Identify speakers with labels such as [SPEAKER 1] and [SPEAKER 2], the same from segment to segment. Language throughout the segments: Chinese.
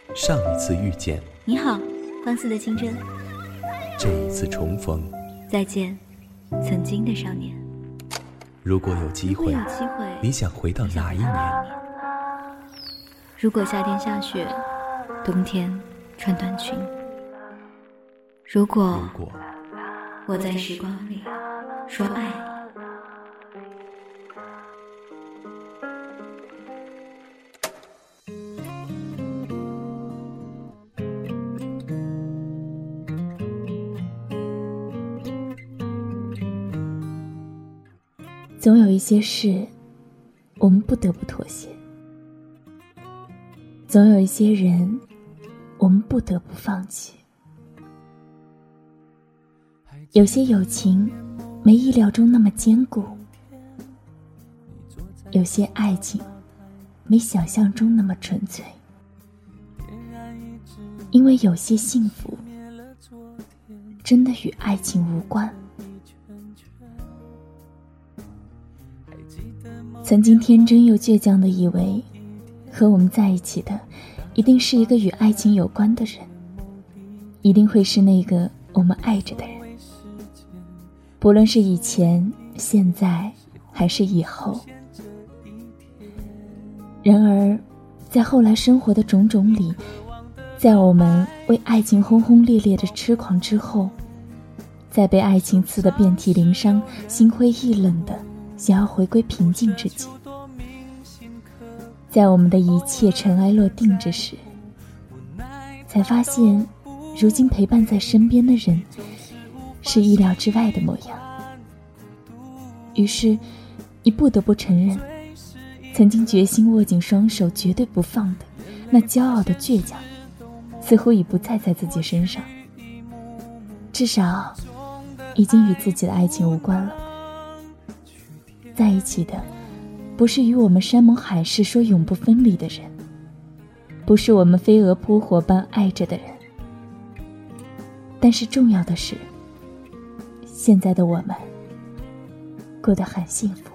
[SPEAKER 1] 上一次遇见，
[SPEAKER 2] 你好，放肆的青春。
[SPEAKER 1] 这一次重逢，
[SPEAKER 2] 再见，曾经的少年。
[SPEAKER 1] 如果有机会，你想回到哪一年？
[SPEAKER 2] 如果夏天下雪，冬天穿短裙。如果我在时光里说爱你。
[SPEAKER 3] 总有一些事我们不得不妥协，总有一些人我们不得不放弃。有些友情没意料中那么坚固，有些爱情没想象中那么纯粹，因为有些幸福真的与爱情无关。曾经天真又倔强地以为和我们在一起的一定是一个与爱情有关的人，一定会是那个我们爱着的人，不论是以前、现在还是以后。然而在后来生活的种种里，在我们为爱情轰轰烈烈的痴狂之后，在被爱情刺得遍体鳞伤、心灰意冷的想要回归平静之际，在我们的一切尘埃落定之时，才发现如今陪伴在身边的人是意料之外的模样。于是你不得不承认，曾经决心握紧双手绝对不放的那骄傲的倔强，似乎已不再在自己身上，至少已经与自己的爱情无关了。在一起的不是与我们山盟海誓说永不分离的人，不是我们飞蛾扑火般爱着的人，但是重要的是，现在的我们过得很幸福。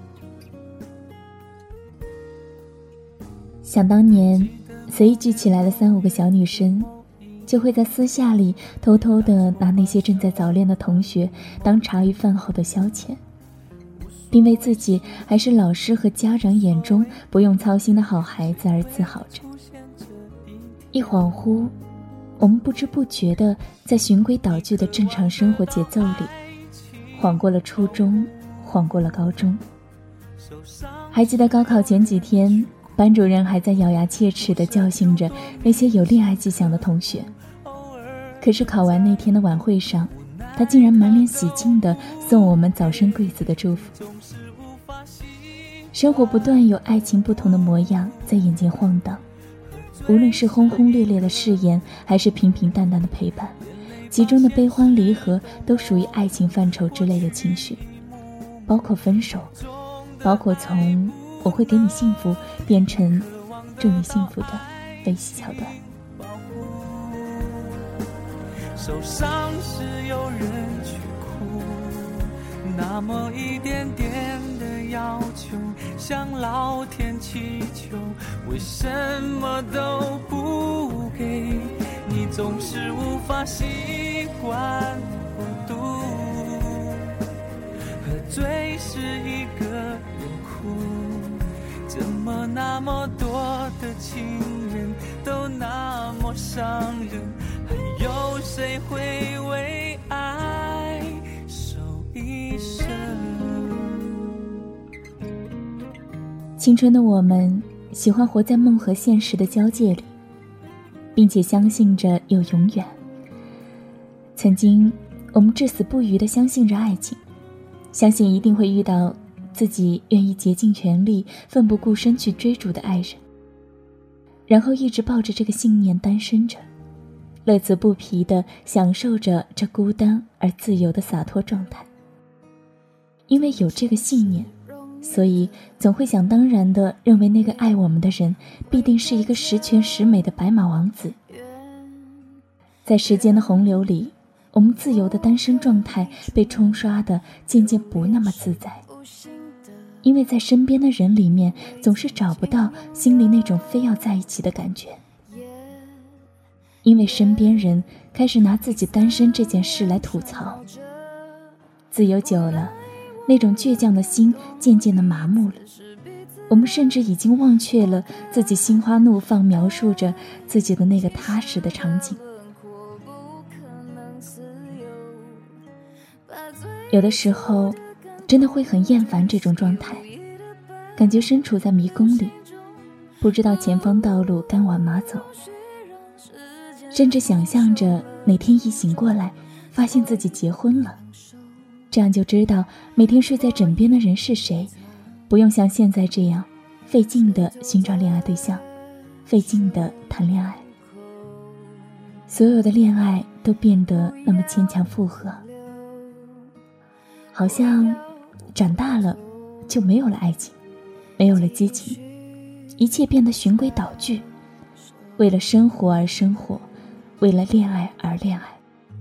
[SPEAKER 3] 想当年随意聚起来的3-5个小女生，就会在私下里偷偷地拿那些正在早恋的同学当茶余饭后的消遣，并为自己还是老师和家长眼中不用操心的好孩子而自豪着。一恍惚，我们不知不觉地在循规蹈矩的正常生活节奏里，晃过了初中，晃过了高中。还记得高考前几天，班主任还在咬牙切齿地教训着那些有恋爱迹象的同学，可是考完那天的晚会上，他竟然满脸喜庆地送我们早生贵子的祝福。生活不断有爱情不同的模样在眼前晃荡，无论是轰轰烈烈的誓言，还是平平淡淡的陪伴，其中的悲欢离合都属于爱情范畴之类的情绪，包括分手，包括从我会给你幸福变成祝你幸福的悲喜桥段。
[SPEAKER 4] 受伤时有人去哭，那么一点点的要求，向老天祈求，为什么都不给？你总是无法习惯孤独，喝醉是一个人哭，怎么那么多的情人都那么伤人，还有谁会为爱守一生？
[SPEAKER 3] 青春的我们喜欢活在梦和现实的交界里，并且相信着有永远。曾经我们至死不渝地相信着爱情，相信一定会遇到自己愿意竭尽全力奋不顾身去追逐的爱人，然后一直抱着这个信念单身着，乐此不疲地享受着这孤单而自由的洒脱状态。因为有这个信念，所以总会想当然地认为那个爱我们的人必定是一个十全十美的白马王子。在时间的洪流里，我们自由的单身状态被冲刷得渐渐不那么自在，因为在身边的人里面总是找不到心里那种非要在一起的感觉。 因为身边人开始拿自己单身这件事来吐槽。自由久了，那种倔强的心渐渐地麻木了，我们甚至已经忘却了自己心花怒放描述着自己的那个踏实的场景。有的时候真的会很厌烦这种状态，感觉身处在迷宫里，不知道前方道路该往哪走，甚至想象着哪天一醒过来发现自己结婚了，这样就知道每天睡在枕边的人是谁，不用像现在这样费劲地寻找恋爱对象，费劲地谈恋爱，所有的恋爱都变得那么牵强附和，好像长大了就没有了爱情，没有了激情，一切变得循规蹈矩，为了生活而生活，为了恋爱而恋爱。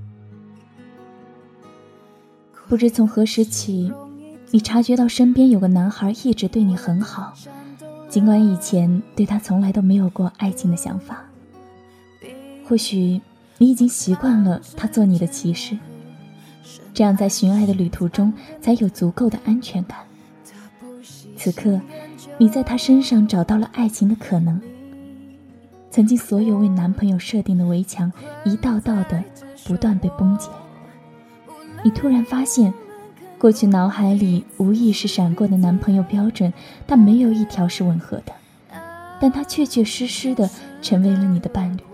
[SPEAKER 3] 不知从何时起，你察觉到身边有个男孩一直对你很好，尽管以前对他从来都没有过爱情的想法。或许你已经习惯了他做你的骑士，这样在寻爱的旅途中才有足够的安全感。此刻你在他身上找到了爱情的可能，曾经所有为男朋友设定的围墙一道道的不断被崩解。你突然发现，过去脑海里无意识闪过的男朋友标准，但没有一条是吻合的，但他确确实实的成为了你的伴侣。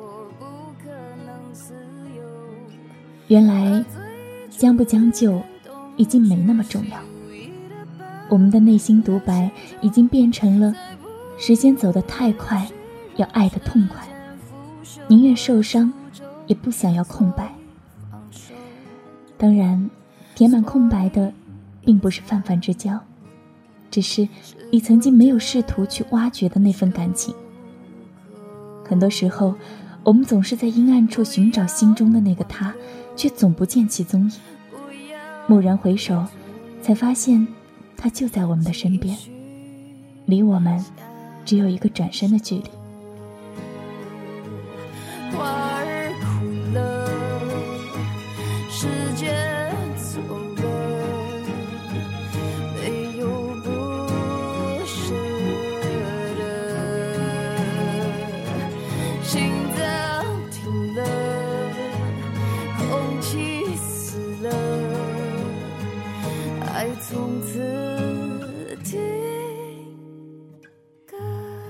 [SPEAKER 3] 原来将不将就已经没那么重要，我们的内心独白已经变成了时间走得太快，要爱得痛快，宁愿受伤也不想要空白。当然填满空白的并不是泛泛之交，只是你曾经没有试图去挖掘的那份感情。很多时候我们总是在阴暗处寻找心中的那个他，却总不见其踪影，蓦然回首才发现他就在我们的身边，离我们只有一个转身的距离。
[SPEAKER 5] 花儿枯了，时间走了，没有不舍的，心脏停了，空气死了，爱从此停格。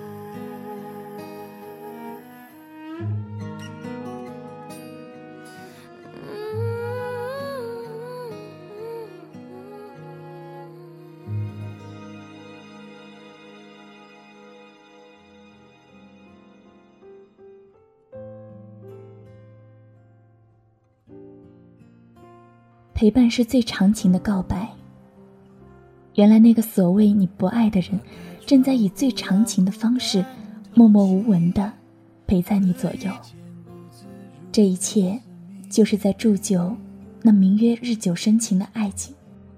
[SPEAKER 3] 陪伴是最长情的告白。原来那个所谓你不爱的人，正在以最长情的方式默默无闻地陪在你左右。这一切就是在铸就那名曰日久生情的爱情。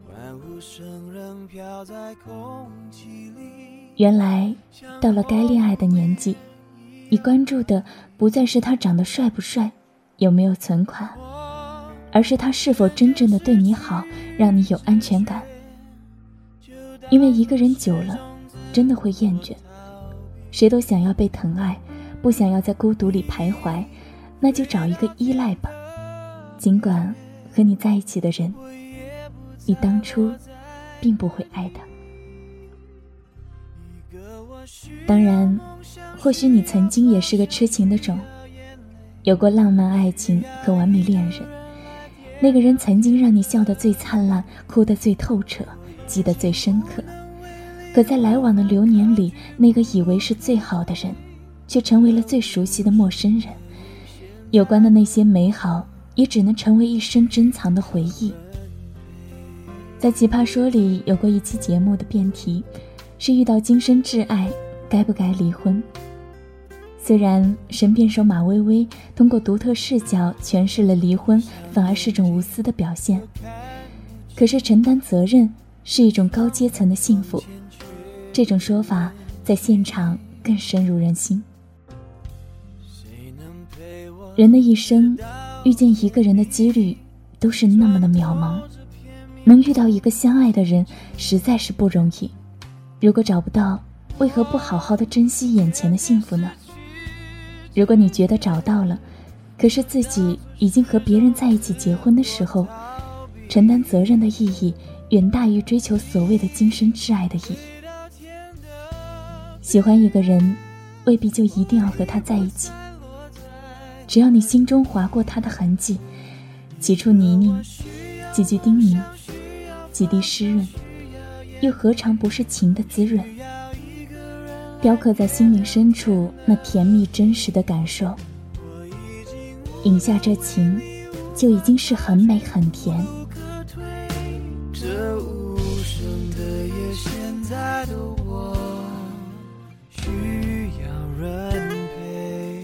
[SPEAKER 3] 原来到了该恋爱的年纪，你关注的不再是他长得帅不帅，有没有存款，而是他是否真正的对你好，让你有安全感。因为一个人久了真的会厌倦，谁都想要被疼爱，不想要在孤独里徘徊，那就找一个依赖吧。尽管和你在一起的人，你当初并不会爱的。当然，或许你曾经也是个痴情的种，有过浪漫爱情和完美恋人，那个人曾经让你笑得最灿烂，哭得最透彻，记得最深刻。可在来往的流年里，那个以为是最好的人，却成为了最熟悉的陌生人。有关的那些美好，也只能成为一生珍藏的回忆。在奇葩说里有过一期节目的辩题是遇到今生挚爱该不该离婚。虽然神辩手马薇薇通过独特视角诠释了离婚反而是种无私的表现，可是承担责任是一种高阶层的幸福，这种说法在现场更深入人心。 人的一生遇见一个人的几率都是那么的渺茫，能遇到一个相爱的人实在是不容易。如果找不到，为何不好好的珍惜眼前的幸福呢？如果你觉得找到了，可是自己已经和别人在一起结婚的时候，承担责任的意义远大于追求所谓的今生挚爱的意义。喜欢一个人未必就一定要和他在一起，只要你心中划过他的痕迹，几处泥泞，几句叮咛，几滴湿润，又何尝不是情的滋润？雕刻在心灵深处那甜蜜真实的感受，饮下这情，就已经是很美很甜。
[SPEAKER 4] 这无声的夜，现在的我需要人陪。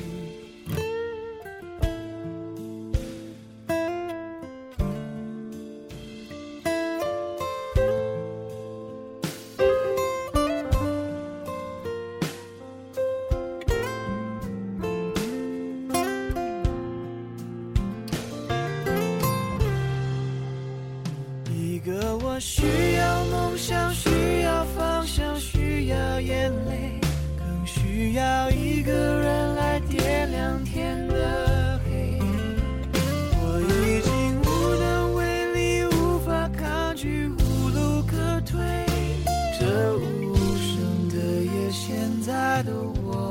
[SPEAKER 4] 我需要梦想，需要方向，需要眼泪，更需要一个人来点亮天的黑。我已经无能为力，无法抗拒，无路可退。这无声的夜，现在的我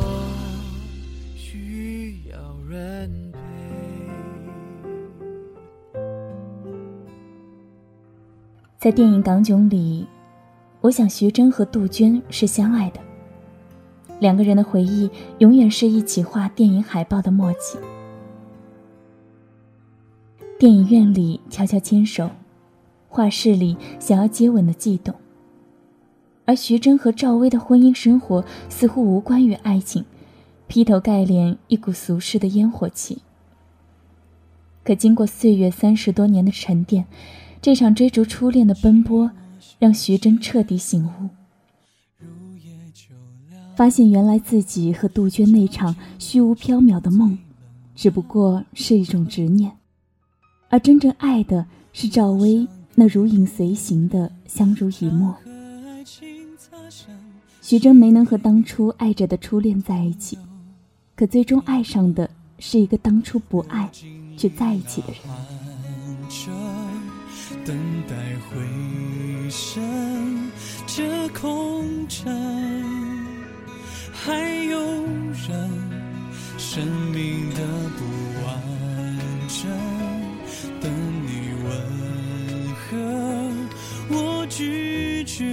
[SPEAKER 4] 需要人陪。
[SPEAKER 3] 在电影《港囧》里，我想徐峥和杜鹃是相爱的，两个人的回忆永远是一起画电影海报的默契。电影院里悄悄牵手，画室里想要接吻的悸动。而徐峥和赵薇的婚姻生活似乎无关于爱情，劈头盖脸一股俗世的烟火气。可经过岁月30多年的沉淀，这场追逐初恋的奔波让徐峥彻底醒悟，发现原来自己和杜鹃那场虚无缥缈的梦只不过是一种执念，而真正爱的是赵薇那如影随形的相濡以沫。徐峥没能和当初爱着的初恋在一起，可最终爱上的是一个当初不爱却在一起的人。
[SPEAKER 4] 等待回声，这空城还有人，生命的不完整，等你问候，我拒绝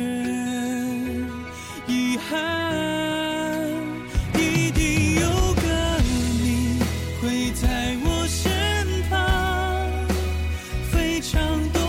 [SPEAKER 4] 遗憾，一定有个你会在我身旁，非常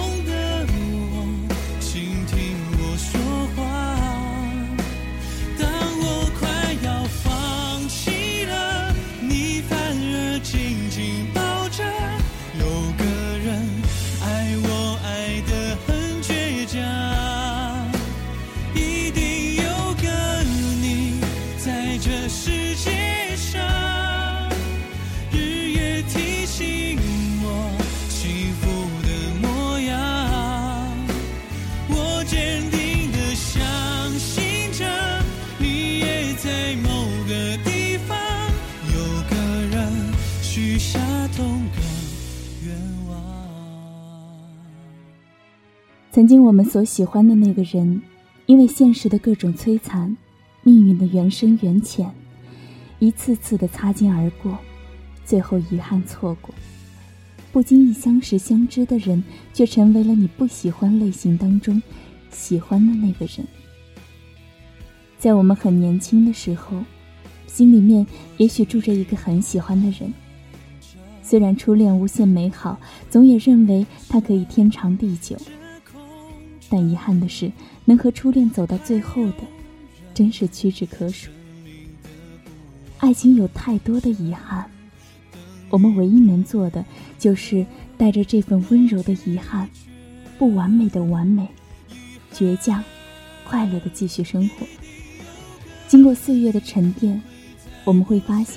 [SPEAKER 3] 曾经我们所喜欢的那个人，因为现实的各种摧残，命运的缘深缘浅，一次次的擦肩而过，最后遗憾错过。不经意相识相知的人，却成为了你不喜欢类型当中喜欢的那个人。在我们很年轻的时候，心里面也许住着一个很喜欢的人，虽然初恋无限美好，总也认为它可以天长地久，但遗憾的是，能和初恋走到最后的真是屈指可数。爱情有太多的遗憾，我们唯一能做的就是带着这份温柔的遗憾，不完美的完美，倔强快乐的继续生活。经过岁月的沉淀，我们会发现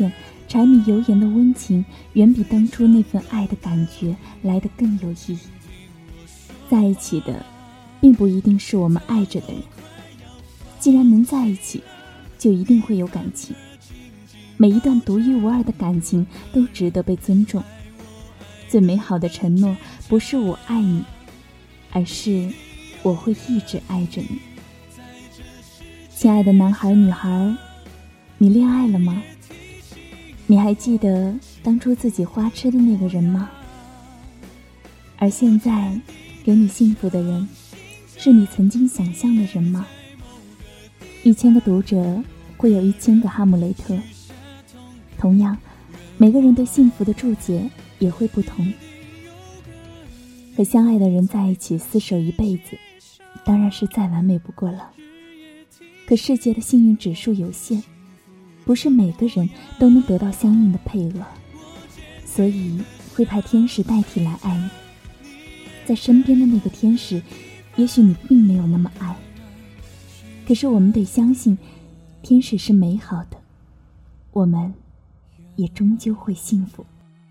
[SPEAKER 3] 柴米油盐的温情远比当初那份爱的感觉来得更有意义。在一起的并不一定是我们爱着的人，既然能在一起，就一定会有感情。每一段独一无二的感情都值得被尊重。最美好的承诺不是我爱你，而是我会一直爱着你。亲爱的男孩女孩，你恋爱了吗？你还记得当初自己花痴的那个人吗？而现在给你幸福的人，是你曾经想象的人吗？1000个读者会有1000个哈姆雷特，同样，每个人对幸福的注解也会不同。和相爱的人在一起厮守一辈子，当然是再完美不过了。可世界的幸运指数有限，不是每个人都能得到相应的配额，所以会派天使代替来爱你。在身边的那个天使，也许你并没有那么爱，可是我们得相信，天使是美好的，我们也终究会幸福。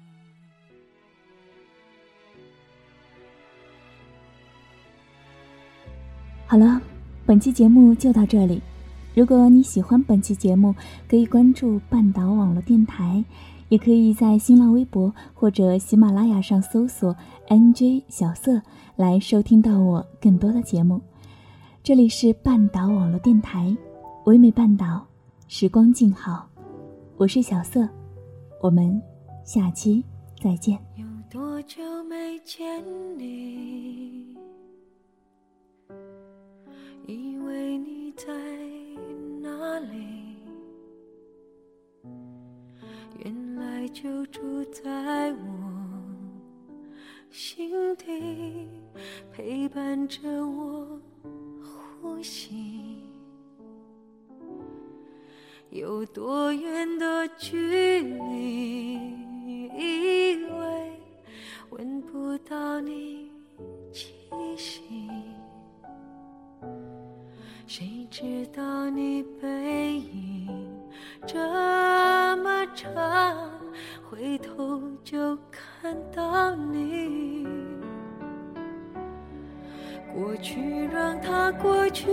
[SPEAKER 3] 好了，本期节目就到这里。如果你喜欢本期节目，可以关注半岛网络电台，也可以在新浪微博或者喜马拉雅上搜索 NJ 小色来收听到我更多的节目。这里是半岛网络电台，唯美半岛，时光静好，我是小色，我们下期再见。
[SPEAKER 5] 有多久没见你，以为你在哪里，原来就住在我心底，陪伴着我呼吸。有多远的距离，以为闻不到你气息，谁知道你背影这么长，回头就看到你。过去让它过去，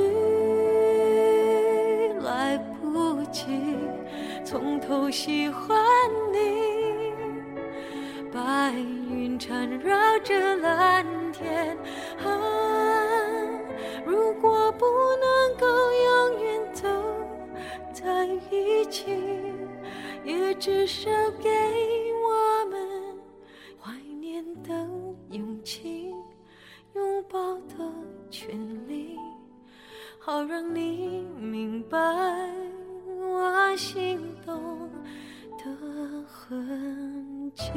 [SPEAKER 5] 来不及从头喜欢你。白云缠绕着蓝天，如果不能够永远走在一起，也至少给我们怀念的勇气，拥抱的权利，好让你明白我心动的痕迹。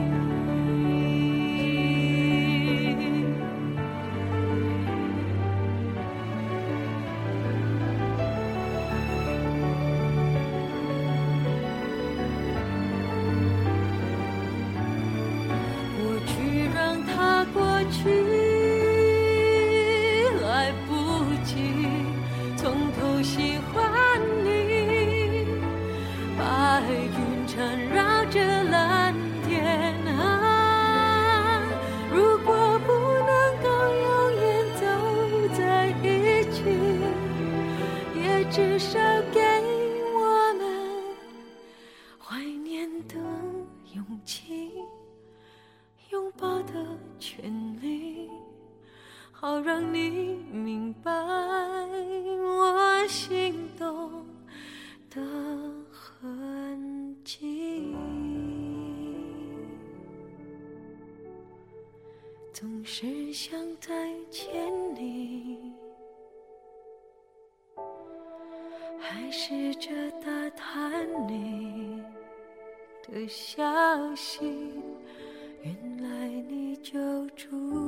[SPEAKER 5] 至少给我们怀念的勇气，拥抱的权利，好让你明白我心动的痕迹。总是想再见你，还试着打探你的消息，原来你就住